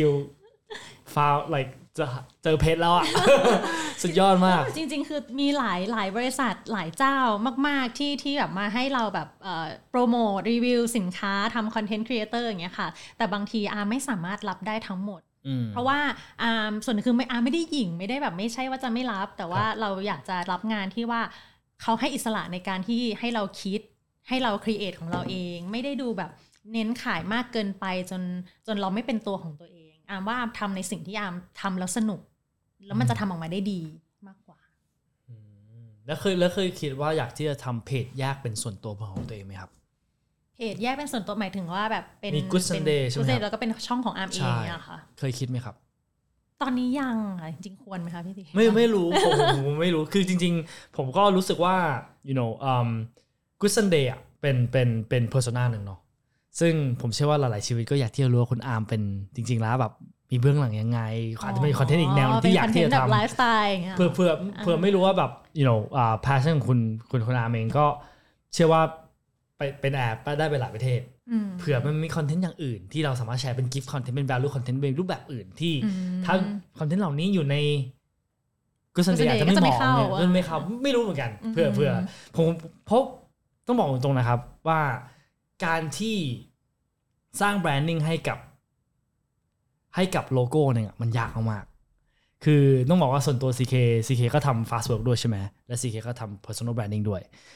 found like จะเจอเพชรแล้วอ่ะ สุดยอดมากจริงๆคือมีหลายบริษัทหลายเจ้ามากๆที่แบบมาให้เราแบบโปรโมทรีวิวสินค้าทำคอนเทนต์ครีเอเตอร์อย่างเงี้ยค่ะแต่บางทีอาร์ไม่สามารถรับได้ทั้งหมดเพราะว่าส่วนนึงคืออาร์ไม่ได้หยิ่งไม่ได้แบบไม่ใช่ว่าจะไม่รับแต่ว่าเราอยากจะรับงานที่ว่าเขาให้อิสระในการที่ให้เราคิดให้เราครีเอทของเราเองไม่ได้ดูแบบเน้นขายมากเกินไปจนเราไม่เป็นตัวของตัวเองอาร์มว่าอาร์มทำในสิ่งที่อาร์มทำแล้วสนุกแล้วมันจะทำออกมาได้ดีมากกว่าแล้วเคยคิดว่าอยากที่จะทำเพจแยกเป็นส่วนตัวของตัวเองไหมครับเพจแยกเป็นส่วนตัวหมายถึงว่าแบบเป็นมี Good Sunday ใช่ไหมครับแล้วก็เป็นช่องของอาร์มเองเนี่ยค่ะเคยคิดไหมครับตอนนี้ยังจริงควรไหมคะพี่ติไม่รู้ผมไม่รู้คือจริงๆผมก็รู้สึกว่า you know Good Sunday อ่ะเป็น persona นึงเนาะซึ่งผมเชื่อว่าหลายๆชีวิตก็อยากที่จะรู้ว่าคุณอาร์มเป็นจริงๆแล้วแบบมีเบื้องหลังยังไงอาจจะมีคอนเทนต์อีกแนวที่อยากที่จะทำไลฟ์สไตล์เพื่อไม่รู้ว่าแบบ you know passion ของคุณอาร์มเองก็เชื่อว่าไปเป็นแอปได้ไปหลายประเทศเผื่อมันมีคอนเทนต์อย่างอื่นที่เราสามารถแชร์เป็นกิฟต์คอนเทนต์เป็น value คอนเทนต์เป็นรูปแบบอื่นที่ถ้าคอนเทนต์เหล่านี้อยู่ในก็ส่วนใหญ่อาจจะไม่เหมาะเนี่ยไม่เข้าไม่รู้เหมือนกันเผื่อผมเพราะต้องบอกตรงๆนะครับว่าการที่สร้างแบรนดิ้งให้กับโลโก้เนี่ยมันยากมากคือต้องบอกว่าส่วนตัว CK ก็ทำ fast work ด้วยใช่ไหมและ CK ก็ทำ personal branding ด้วย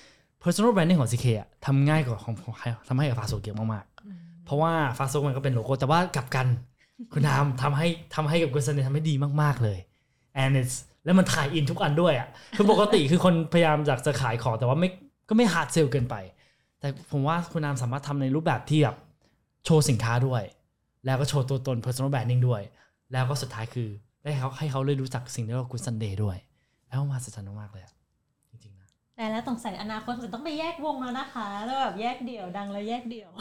personal branding ของ CK อ่ะทำง่ายกว่าของทำให้กับ Fast So เยอะมากๆเพราะว่า Fast So มันก็เป็นโลโก้แต่ว่ากลับกันคุณน้ำทำให้กับ Good Sunday ทำให้ดีมากๆเลย and it's แล้วมันถ่ายอินทุกอันด้วยอ่ะคือปกติคือคนพยายามอยากจะขายของแต่ว่าก็ไม่ hard sell เกินไปแต่ผมว่าคุณน้ำสามารถทำในรูปแบบที่แบบโชว์สินค้าด้วยแล้วก็โชว์ตัวตน personal branding ด้วยแล้วก็สุดท้ายคือได้ให้เขาเลยรู้จักสิ่งที่เรียกว่า Good Sunday ด้วยแล้วมาสะใจมากเลยอ่ะจริงๆนะแล้วสงสัยอนาคตจะต้องไปแยกวงแล้วนะคะแล้วแบบแยกเดี่ยวดังแล้วแยกเดี่ยว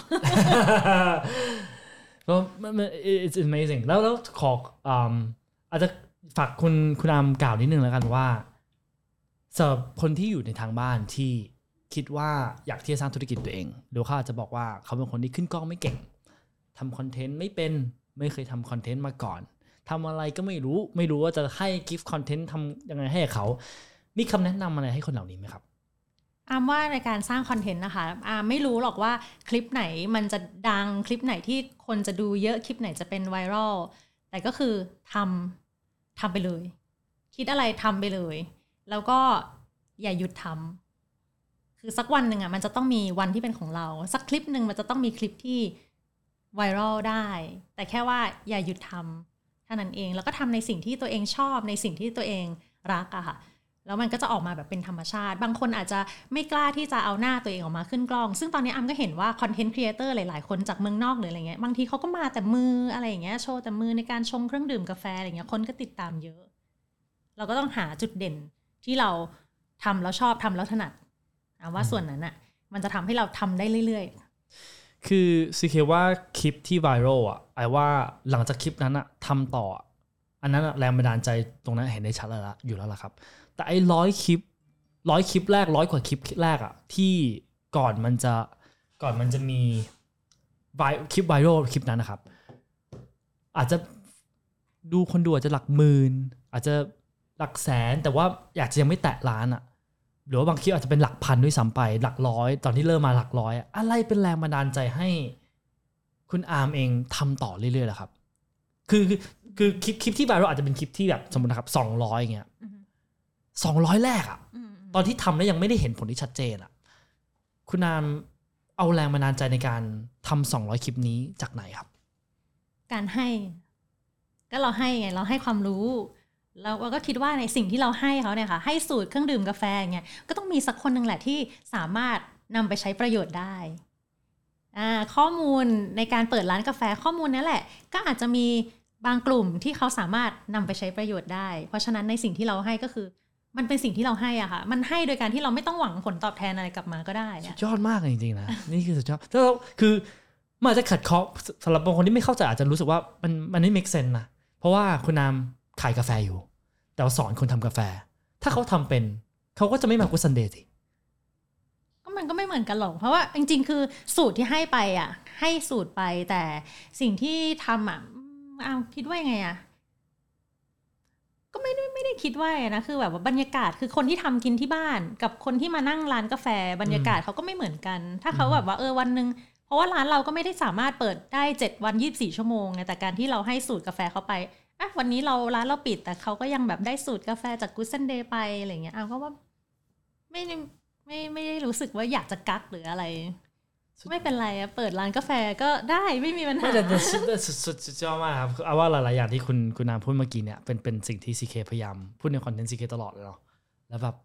ก็ it's amazing แล้วขออาจจะฝากคุณอามกล่าวนิดนึงแล้วกันว่าสำหรับคนที่อยู่ในทางบ้านที่คิดว่าอยากที่จะสร้างธุรกิจตัวเองหรือเขาอาจจะบอกว่าเขาเป็นคนที่ขึ้นกล้องไม่เก่งทำคอนเทนต์ไม่เคยทำคอนเทนต์มาก่อนทำอะไรก็ไม่รู้ว่าจะให้กิฟต์คอนเทนต์ทำยังไงให้เขามีคำแนะนำอะไรให้คนเหล่านี้ไหมครับอามว่าในการสร้างคอนเทนต์นะคะอามไม่รู้หรอกว่าคลิปไหนมันจะดังคลิปไหนที่คนจะดูเยอะคลิปไหนจะเป็นไวรัลแต่ก็คือทำไปเลยคิดอะไรทำไปเลยแล้วก็อย่าหยุดทำคือสักวันหนึ่งอ่ะมันจะต้องมีวันที่เป็นของเราสักคลิปหนึ่งมันจะต้องมีคลิปที่ไวรัลได้แต่แค่ว่าอย่าหยุดทำเท่านั้นเองแล้วก็ทำในสิ่งที่ตัวเองชอบในสิ่งที่ตัวเองรักอะค่ะแล้วมันก็จะออกมาแบบเป็นธรรมชาติบางคนอาจจะไม่กล้าที่จะเอาหน้าตัวเองออกมาขึ้นกล้องซึ่งตอนนี้อัมก็เห็นว่าคอนเทนต์ครีเอเตอร์หลายๆคนจากเมืองนอกหรืออะไรเงี้ยบางทีเขาก็มาแต่มืออะไรอย่างเงี้ยโชว์แต่มือในการชงเครื่องดื่มกาแฟอะไรเงี้ยคนก็ติดตามเยอะเราก็ต้องหาจุดเด่นที่เราทำแล้วชอบทำแล้วถนัดว่าส่วนนั้นอะมันจะทำให้เราทำได้เรื่อยๆคือซีเคว่าคลิปที่ไวรัลอะไอ้ว่าหลังจากคลิปนั้นอะทำต่ออันนั้นแรงบันดาลใจตรงนั้นเห็นได้ชัดแล้วอยู่แล้วล่ะครับแต่ไอ้100 คลิปแรก100 กว่าคลิปแรกอะที่ก่อนมันจะมีคลิปไวรัลคลิปนั้นนะครับอาจจะคนดูอาจจะหลักหมื่นอาจจะหลักแสนแต่ว่าอยากจะยังไม่แตะล้านอะหรือว่าบางคลิปอาจจะเป็นหลักพันด้วยซ้ำไปหลักร้อยตอนที่เริ่มมาหลักร้อยอะไรเป็นแรงบันดาลใจให้คุณอาร์มเองทำต่อเรื่อยๆล่ะครับคือคลิปที่ไวรัลอาจจะเป็นคลิปที่แบบสมมตินะครับ200อย่างเงี้ย200แรกอะตอนที่ทำแล้วยังไม่ได้เห็นผลที่ชัดเจนอะคุณอาร์มเอาแรงบันดาลใจในการทำ200 คลิปนี้จากไหนครับการให้ก็เราให้ไงเราให้ความรู้เราก็คิดว่าในสิ่งที่เราให้เขาเนี่ยค่ะให้สูตรเครื่องดื่มกาแฟเงี้ยก็ต้องมีสักคนนึงแหละที่สามารถนำไปใช้ประโยชน์ได้ข้อมูลในการเปิดร้านกาแฟข้อมูลนี้แหละก็อาจจะมีบางกลุ่มที่เขาสามารถนำไปใช้ประโยชน์ได้เพราะฉะนั้นในสิ่งที่เราให้ก็คือมันเป็นสิ่งที่เราให้อะค่ะมันให้โดยการที่เราไม่ต้องหวังผลตอบแทนอะไรกลับมาก็ได้สุดยอดมากจริงๆนะนี่คือสุดยอดแล้วคือมันอาจจะขัดข้องสำหรับบางคนที่ไม่เข้าใจอาจจะรู้สึกว่ามันไม่ make sense นะเพราะว่าคุณน้ำขายกาแฟอยู่แต่ว่าสอนคนทำกาแฟถ้าเขาทำเป็นเขาก็จะไม่มาGood Sundayสิก็มันก็ไม่เหมือนกันหรอกเพราะว่าจริงๆคือสูตรที่ให้ไปอะให้สูตรไปแต่สิ่งที่ทำอะคิดว่ายังไงอะก็ไม่ได้คิดว่านะคือแบบว่าบรรยากาศคือคนที่ทำกินที่บ้านกับคนที่มานั่งร้านกาแฟบรรยากาศเขาก็ไม่เหมือนกันถ้าเขาแบบว่าวันนึงเพราะว่าร้านเราก็ไม่ได้สามารถเปิดได้7 วัน24 ชั่วโมงไงแต่การที่เราให้สูตรกาแฟเขาไปวันนี้ร้านเราปิดแต่เขาก็ยังแบบได้สูตรกาแฟจาก Good Sunday ไปอะไรเงี้ยก็ว่าไม่ได้รู้สึกว่าอยากจะกักหรืออะไรไม่เป็นไรเปิดร้านกาแฟก็ได้ไม่มีปัญหาสุดยอดมากครับเอาว่าหลายๆอย่างที่คุณน้ำพูดเมื่อกี้เนี่ยเป็นสิ่งที่ CK พยายามพูดในคอนเทนต์ CK ตลอดเลยเนาะแล้วแบบ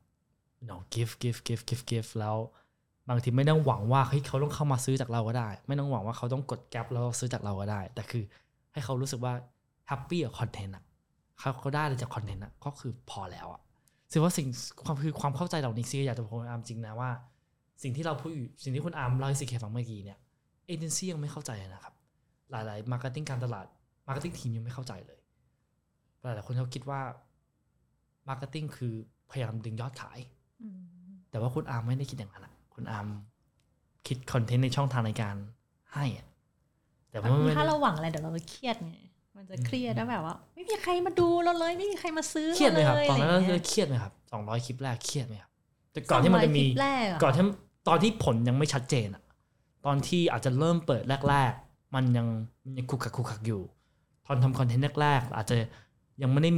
give แล้วบางทีไม่ต้องหวังว่าเขาต้องเข้ามาซื้อจากเราก็ได้ไม่ต้องหวังว่าเขาต้องกดแก๊ปแล้วซื้อจากเราก็ได้แต่คือให้เขารู้สึกว่าแฮปปี้กับคอนเทนต์อ่ะเขาได้เลยจากคอนเทนต์อ่ะก็คือพอแล้วอ่ะซึ่งว่าความเข้าใจเหล่านี้ซีอยากจะบอกคุณอาร์มจริงนะว่าสิ่งที่เราพูดสิ่งที่คุณอาร์มเล่าให้ซีเคฟังเมื่อกี้เนี่ยเอเจนซี่ยังไม่เข้าใจนะครับหลายๆมาร์เก็ตติ้งการตลาดมาร์เก็ตติ้งทีมยังไม่เข้าใจเลยหลายๆคนเขาคิดว่ามาร์เก็ตติ้งคือพยายามดึงยอดขายแต่ว่าคุณอาร์มไม่ได้คิดอย่างนั้นอ่ะคุณอาร์มคิดคอนเทนต์ในช่องทางในการให้แต่ถ้าเราหวังอะไรเดี๋ยวเราเครียดไงมันจะเครียดแล้วแบบว่าไม่มีใครมาดูเราเลยไม่มีใครมาซื้อเครียดไหมครับตอนนั้นเราเครียดไหมครับ200 คลิปแรกเครียดไหมครับแต่ก่อนที่มันจะมีก่อนที่ตอนที่ผลยังไม่ชัดเจนอ่ะตอนที่อาจจะเริ่มเปิดแรกๆมันยังคุกคักอยู่ตอนทำคอนเทนต์แรกๆอาจจะยังไม่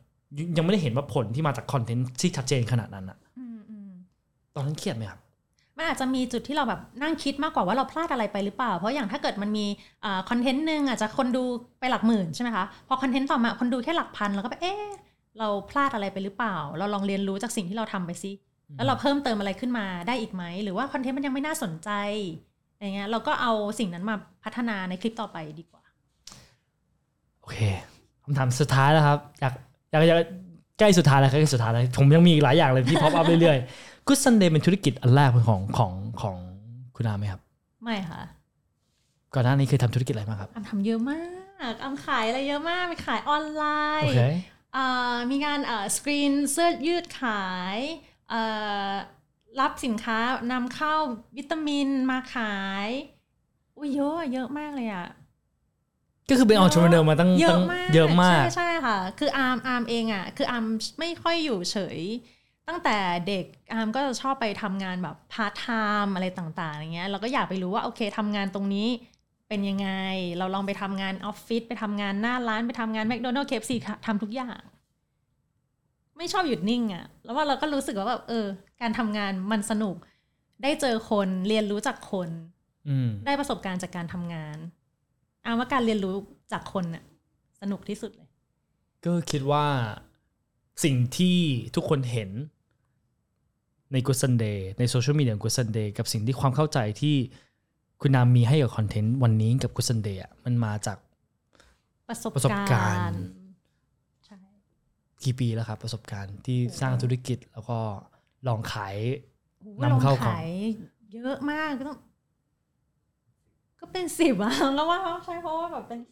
ได้เห็นว่าผลที่มาจากคอนเทนต์ที่ชัดเจนขนาดนั้นอ่ะตอนนั้นเครียดไหมครับมันอาจจะมีจุดที่เราแบบนั่งคิดมากกว่าว่าเราพลาดอะไรไปหรือเปล่าเพราะอย่างถ้าเกิดมันมีคอนเทนต์นึงอาจจะคนดูไปหลักหมื่นใช่ไหมคะพอคอนเทนต์ต่อมาคนดูแค่หลักพันเราก็แบบเราพลาดอะไรไปหรือเปล่าเราลองเรียนรู้จากสิ่งที่เราทำไปซิแล้วเราเพิ่มเติมอะไรขึ้นมาได้อีกไหมหรือว่าคอนเทนต์มันยังไม่น่าสนใจอะไรเงี้ยเราก็เอาสิ่งนั้นมาพัฒนาในคลิปต่อไปดีกว่าโอเคคำถามสุดท้ายแล้วครับอยากใกล้สุดท้ายแล้วผมยังมีอีกหลายอย่างเลยที่พอปอัพเรื่อยๆ Good Sunday เป็นธุรกิจอันแรกของคุณอาไหมครับไม่ค่ะก่อนหน้านี้เคยทำธุรกิจอะไรบ้างครับทำเยอะมากขายอะไรเยอะมากไปขายออนไลน์มีงานสกรีนเสื้อยืดขายรับสินค้านำเข้าวิตามินมาขายเยอะมากเลยอ่ะก็คือเป็นentrepreneurมาตั้งเยอะมากใช่ค่ะคืออาร์มเองอ่ะคืออาร์มไม่ค่อยอยู่เฉยตั้งแต่เด็กอาร์มก็จะชอบไปทำงานแบบพาร์ทไทม์อะไรต่างๆอย่างเงี้ยเราก็อยากไปรู้ว่าโอเคทำงานตรงนี้เป็นยังไงเราลองไปทำงานออฟฟิศไปทำงานหน้าร้านไปทำงานแมคโดนัลด์ KFC ทำทุกอย่างไม่ชอบหยุดนิ่งอ่ะแล้วว่าเราก็รู้สึกว่าแบบการทำงานมันสนุกได้เจอคนเรียนรู้จากคนได้ประสบการณ์จากการทำงานว่าการเรียนรู้จากคนน่ะสนุกที่สุดเลยก็คิดว่าสิ่งที่ทุกคนเห็นใน Good Sunday ในโซเชียลมีเดีย Good Sunday กับสิ่งที่ความเข้าใจที่คุณนามมีให้กับคอนเทนต์วันนี้กับ Good Sunday อ่ะมันมาจากประสบการณ์ใช่กี่ปีแล้วครับประสบการณ์ที่สร้างธุรกิจแล้วก็ลองขายนำเข้าของเยอะมากก็เป็น10อ่ะแล้วว่าใช่เพราะว่าแบบเป็น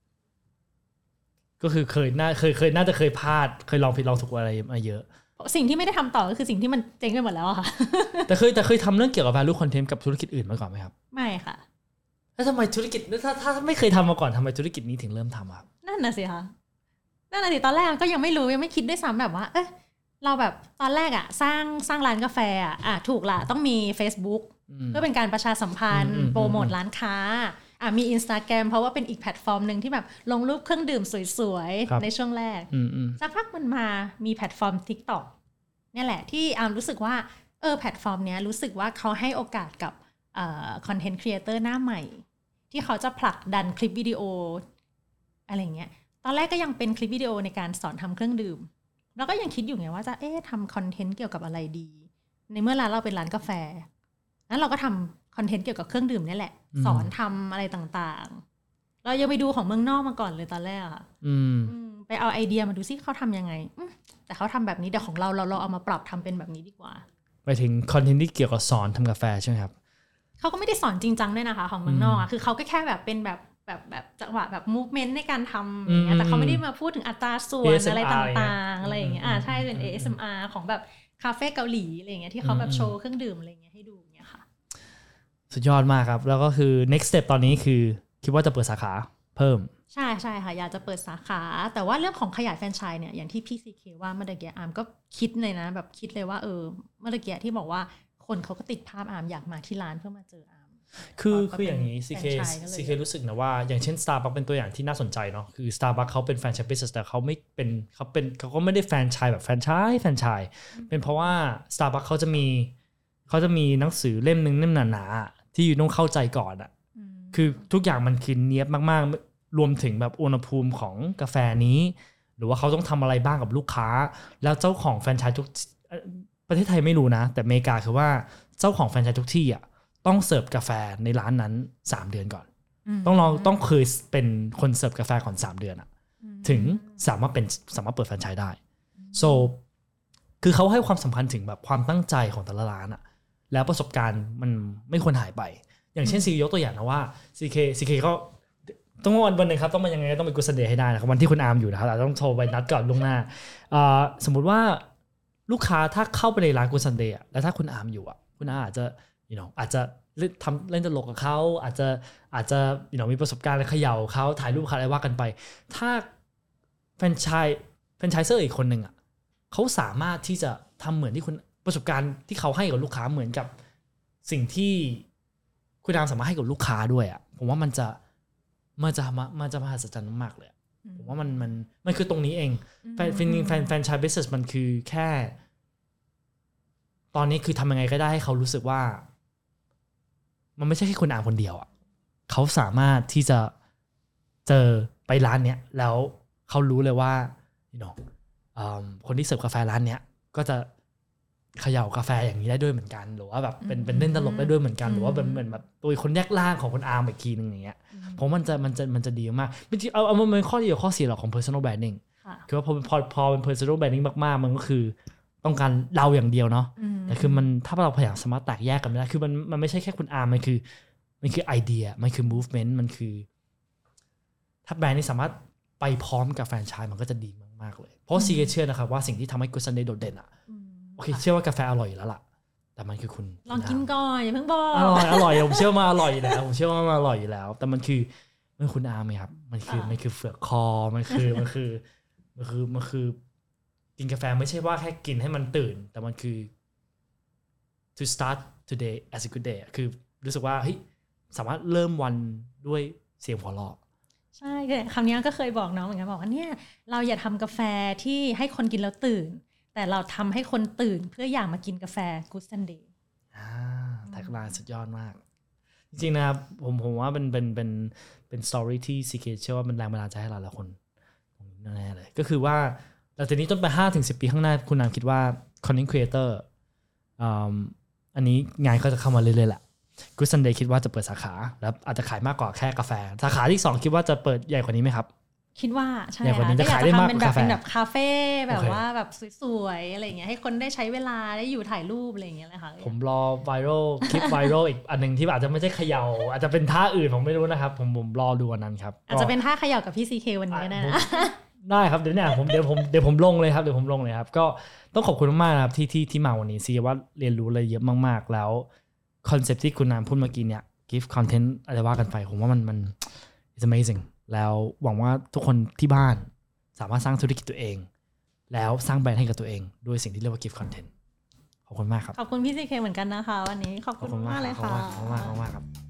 10 ก็คือเคยน่าจะเคยพลาดเคยลองผิดลองถูกอะไรมาเยอะสิ่งที่ไม่ได้ทำต่อก็คือสิ่งที่มันเจ๊งไปหมดแล้วอะค่ะแต่เคยทำเรื่องเกี่ยวกับ value content กับธุรกิจอื่นมาก่อนไหมครับไม่ค่ะแล้วทำไมธุรกิจถ้าไม่เคยทำมาก่อนทำไมธุรกิจนี้ถึงเริ่มทำครับนั่นน่ะสิคะตอนแรกก็ยังไม่รู้ยังไม่คิดด้วยซ้ำแบบว่าเราแบบตอนแรกอะสร้างร้านกาแฟอะถูกละต้องมี Facebook เพื่อเป็นการประชาสัมพันธ์โปรโมทร้านค้ามี Instagram เพราะว่าเป็นอีกแพลตฟอร์มนึงที่แบบลงรูปเครื่องดื่มสวยๆในช่วงแรกสักพักมันมามีแพลตฟอร์ม TikTok เนี่ยแหละที่รู้สึกว่าแพลตฟอร์มเนี้ยรู้สึกว่าเขาให้โอกาสกับคอนเทนต์ครีเอเตอร์หน้าใหม่ที่เขาจะผลักดันคลิปวิดีโออะไรเงี้ยตอนแรกก็ยังเป็นคลิปวิดีโอในการสอนทำเครื่องดื่มแล้วก็ยังคิดอยู่ไงว่าจะทำคอนเทนต์เกี่ยวกับอะไรดีในเมื่อร้านเราเป็นร้านกาแฟงั้นเราก็ทำคอนเทนต์เกี่ยวกับเครื่องดื่มนี่แหละสอนทำอะไรต่างๆเรายังไปดูของเมืองนอกมาก่อนเลยตอนแรกค่ะไปเอาไอเดียมาดูซิเขาทำยังไงแต่เขาทำแบบนี้แต่ของเราเอามาปรับทำเป็นแบบนี้ดีกว่าไปถึงคอนเทนต์ที่เกี่ยวกับสอนทำกาแฟใช่ไหมครับเขาก็ไม่ได้สอนจริงจังด้วยนะคะของเมืองนอกคือเขาก็แค่แบบเป็นแบบจังหวะแบบมูฟเมนต์ในการทำอย่างเงี้ยแต่เขาไม่ได้มาพูดถึงอัตราส่วนอะไรต่างๆอะไรอย่างเงี้ยใช่เป็น ASMR ของแบบคาเฟ่เกาหลีอะไรอย่างเงี้ยที่เขาแบบโชว์เครื่องดื่มอะไรอย่างเงี้ยให้ดูอย่างเงี้ยค่ะสุดยอดมากครับแล้วก็คือ next step ตอนนี้คือคิดว่าจะเปิดสาขาเพิ่มใช่ค่ะอยากจะเปิดสาขาแต่ว่าเรื่องของขยายแฟรนไชส์เนี่ยอย่างที่พี่ CK ว่าเมื่อกี้อาร์มก็คิดเลยนะแบบคิดเลยว่าเมื่อกี้ที่บอกว่าคนเขาก็ติดภาพอาร์มอยากมาที่ร้านเพื่อมาเจออาร์มคืออย่างนี้ CK รู้สึกนะว่าอย่างเช่น Starbucks เป็นตัวอย่างที่น่าสนใจเนาะคือ Starbucks เขาเป็นแฟรนไชส์ business แต่เขาก็ไม่ได้แฟรนไชส์แบบแฟรนไชส์เป็นเพราะว่า Starbucks เขาจะมีหนังสือเล่มนึงเล่มหนาๆที่อยู่ต้องเข้าใจก่อนอ่ะคือทุกอย่างมันคือเนียบมากๆรวมถึงแบบอุณหภูมิของกาแฟนี้หรือว่าเขาต้องทำอะไรบ้างกับลูกค้าแล้วเจ้าของแฟรนไชส์ทุกประเทศไทยไม่รู้นะแต่อเมริกาคือว่าเจ้าของแฟรนไชส์ทุกที่อ่ะต้องเสิร์ฟกาแฟในร้านนั้น3เดือนก่อนต้องเคยเป็นคนเสิร์ฟกาแฟก่อน3เดือนอ่ะถึงสามารถเปิดแฟรนไชส์ได้ so คือเขาให้ความสำคัญถึงแบบความตั้งใจของแต่ละร้านอ่ะแล้วประสบการณ์มันไม่ควรหายไปอย่างเช่นยกตัวอย่างนะว่า CK ก็ต้องวันหนึ่งครับต้องมายังไงต้องไป Good Sunday ให้ได้นะครับวันที่คุณอาร์มอยู่นะครับเราต้องโทรไปนัดก่อนล่วงหน้าสมมุติว่าลูกค้าถ้าเข้าไปในร้าน Good Sunday แล้วถ้าคุณอาร์มอยู่อ่ะคุณอาอาจจะอาจจะเล่นตลกกับเขาอาจจะมีประสบการณ์อะไรเขย่าเขาถ่ายรูปเขาอะไรว่ากันไปถ้าแฟรนไชส์เซอร์อีกคนหนึ่งอ่ะเขาสามารถที่จะทำเหมือนที่คุณประสบการณ์ที่เขาให้กับลูกค้าเหมือนกับสิ่งที่คุณอาร์มสามารถให้กับลูกค้าด้วยอ่ะผมว่ามันจะมหัศจรรย์มากเลยผมว่ามันคือตรงนี้เองแฟนชายบิสเนสมันคือแค่ตอนนี้คือทำยังไงก็ได้ให้เขารู้สึกว่ามันไม่ใช่แค่คุณอาคนเดียวอ่ะเขาสามารถที่จะเจอไปร้านเนี้ยแล้วเขารู้เลยว่าคนที่เสิร์ฟกาแฟร้านเนี้ยก็จะเขย่ากาแฟอย่างนี้ได้ด้วยเหมือนกันหรือว่าแบบเป็นเล่นตลกได้ด้วยเหมือนกันหรือว่าเป็นเหมือนแบบตัวคนแยกล่างของคุณอาร์มอีกทีนึงอย่างเงี้ยเพราะมันจะดีมากจริงๆเอามันเป็นข้อดีกับข้อเสียหรอกของ personal branding คือว่าพอเป็น personal branding มากๆมันก็คือต้องการเราอย่างเดียวเนาะแต่คือมันถ้าเราพยายามสามารถแตกแยกกันไม่ได้คือมันไม่ใช่แค่คุณอาร์มมันคือไอเดียมันคือ movement มันคือถ้าแบรนด์นี้สามารถไปพร้อมกับแฟรนไชส์มันก็จะดีมากๆเลยเพราะซีเชื่อนะครับว่าสิ่งที่ทำให้ Good Sunday โดดเด่นอ่ะโอเคเชื่อว่ากาแฟอร่อยอยู่แล้วล่ะแต่มันคือคุณลองกินก่อนอย่าเพิ่งบอกอร่อยผมเชื่อว่าอร่อยอยู่แล้วผมเชื่อว่ามันอร่อยอยู่แล้วแต่มันคือคุณอาร์มครับมันคือเฟือกคอมันคือกินกาแฟไม่ใช่ว่าแค่กินให้มันตื่นแต่มันคือ to start today as a good day คือรู้สึกว่าเฮ้ยสามารถเริ่มวันด้วยเสียงหัวเราะใช่คำนี้ก็เคยบอกน้องเหมือนกันบอกว่าเนี่ยเราอย่าทำกาแฟที่ให้คนกินแล้วตื่นแต่เราทำให้คนตื่นเพื่ออยากมากินกาแฟ Good Sunday แท็กไลน์สุดยอดมากจริงๆนะครับผมว่าเป็นสตอรี่ที่ CK เชื่อว่าเป็นแรงบันดาลใจให้หลายๆคนแน่เลยก็คือว่าหลังจากนี้ต้นไป 5-10 ปีข้างหน้าคุณนามคิดว่า content creator อันนี้งานก็จะเข้ามาเรื่อยๆแหละ Good Sunday คิดว่าจะเปิดสาขาแล้วอาจจะขายมากกว่าแค่กาแฟสาขาที่2คิดว่าจะเปิดใหญ่กว่านี้ไหมครับคิดว่าใช่ค่ะก็อยากจะทำเป็นแบบคาเฟ่แบบว่าแบบสวยๆอะไรอย่างเงี้ยให้คนได้ใช้เวลาได้อยู่ถ่ายรูปอะไรอย่างเงี้ยเลยค่ะผมรอไวรัลคลิปไวรัลอีกอันนึงที่อาจจะไม่ใช่เขย่าอาจจะเป็นท่าอื่นผมไม่รู้นะครับผมรอดูวันนั้นครับอาจจะเป็นท่าเขย่ากับพี่ CK วันนี้ได้นะได้ครับเดี๋ยวผมลงเลยครับก็ต้องขอบคุณมากๆนะครับที่มาวันนี้ซีว่าเรียนรู้อะไรเยอะมากๆแล้วคอนเซ็ปต์ที่คุณนามพูดเมื่อกี้เนี่ย give content อะไรว่ากันไปผมว่ามัน it's amazing แล้วหวังว่าทุกคนที่บ้านสามารถสร้างธุรกิจตัวเองแล้วสร้างแบรนด์ให้กับตัวเองด้วยสิ่งที่เรียกว่า give content ขอบคุณมากครับขอบคุณพี่ CK เหมือนกันนะคะวันนี้ขอบคุณมากเลยค่ะขอบคุณมากครับ